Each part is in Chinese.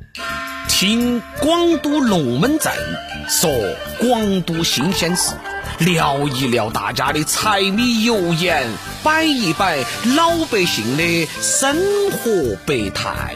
听广都龙门阵，说广都新鲜事，聊一聊大家的柴米油盐，摆一摆老百姓的生活百态。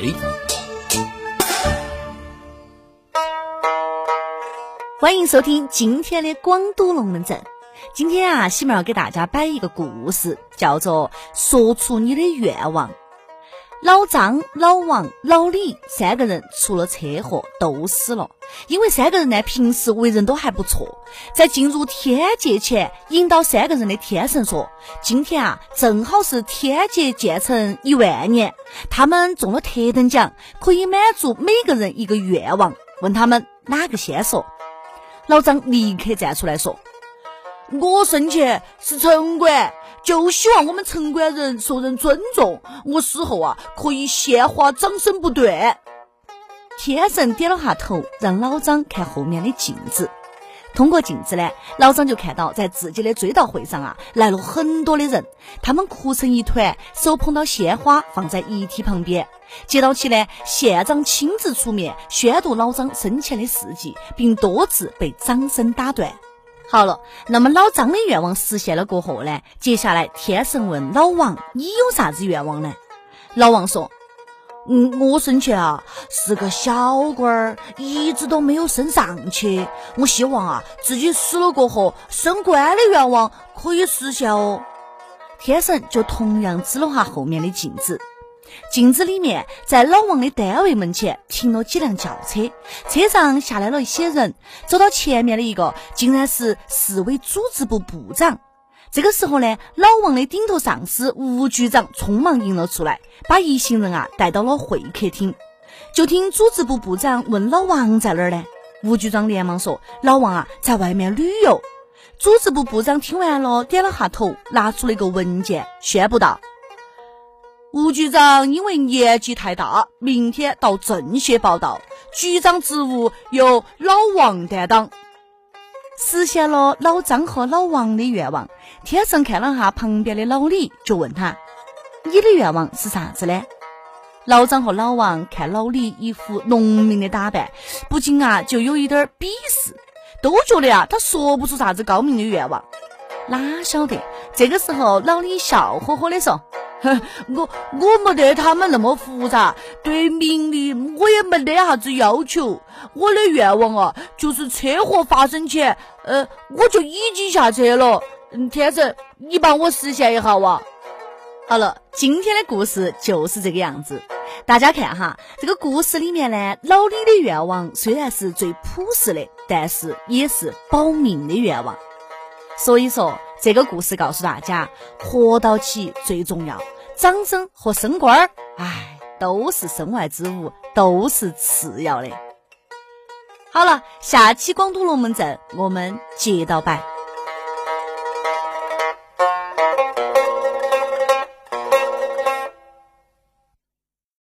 欢迎收听今天的广都龙门阵。今天喜妹要给大家摆一个故事，叫做说出你的愿望。老张、老王、老李三个人出了车祸都死了，因为三个人呢平时为人都还不错。在进入天界前，引导三个人的天神说，今天正好是天界建成10000年，他们中了特等奖，可以满足每个人一个愿望，问他们哪个先说。老张立刻站出来说，我生前是城管，就希望我们城管人受人尊重，我死后可以鲜花掌声不断。天神点了下头，让老张看后面的镜子。通过镜子呢，老张就看到在自己的追悼会上来了很多的人，他们哭成一团，手捧到鲜花放在遗体旁边。接到起呢，县长亲自出面宣读老张生前的事迹，并多次被掌声打断。好了，那么老张的愿望实现了过后呢，接下来天神问老王，你有啥子愿望呢？老王说，我生前是个小官，一直都没有升上去，我希望自己死了过后升官的愿望可以实现哦。天神就同样指了下后面的镜子，镜子里面在老王的单位门前停了几辆轿车，车上下来了一些人，走到前面的一个竟然是市委组织部部长。这个时候呢，老王的顶头上司吴局长匆忙迎了出来，把一行人带到了会客厅。就听组织部部长问老王在哪儿呢？吴局长连忙说，老王在外面旅游。组织部部长听完了点了下头，拿出了一个文件，宣布道，吴局长因为年纪太大，明天到政协报道，局长职务由老王担当。实现了老张和老王的愿望，天神看了下旁边的老李，就问他，你的愿望是啥子呢？老张和老王看老李一副农民的打扮，不禁就有一点鄙视，都觉得他说不出啥子高明的愿望。哪晓得这个时候老李笑呵呵的说，我没得他们那么复杂，对名利我也没得啥子要求，我的愿望就是车祸发生前我就已经下车了，天神你帮我实现一下好了，今天的故事就是这个样子。大家看这个故事里面呢，老李的愿望虽然是最朴实的，但是也是保命的愿望。所以说这个故事告诉大家，活到起最重要，掌声和升官都是身外之物，都是次要的。好了，下期广东龙门阵我们接到摆。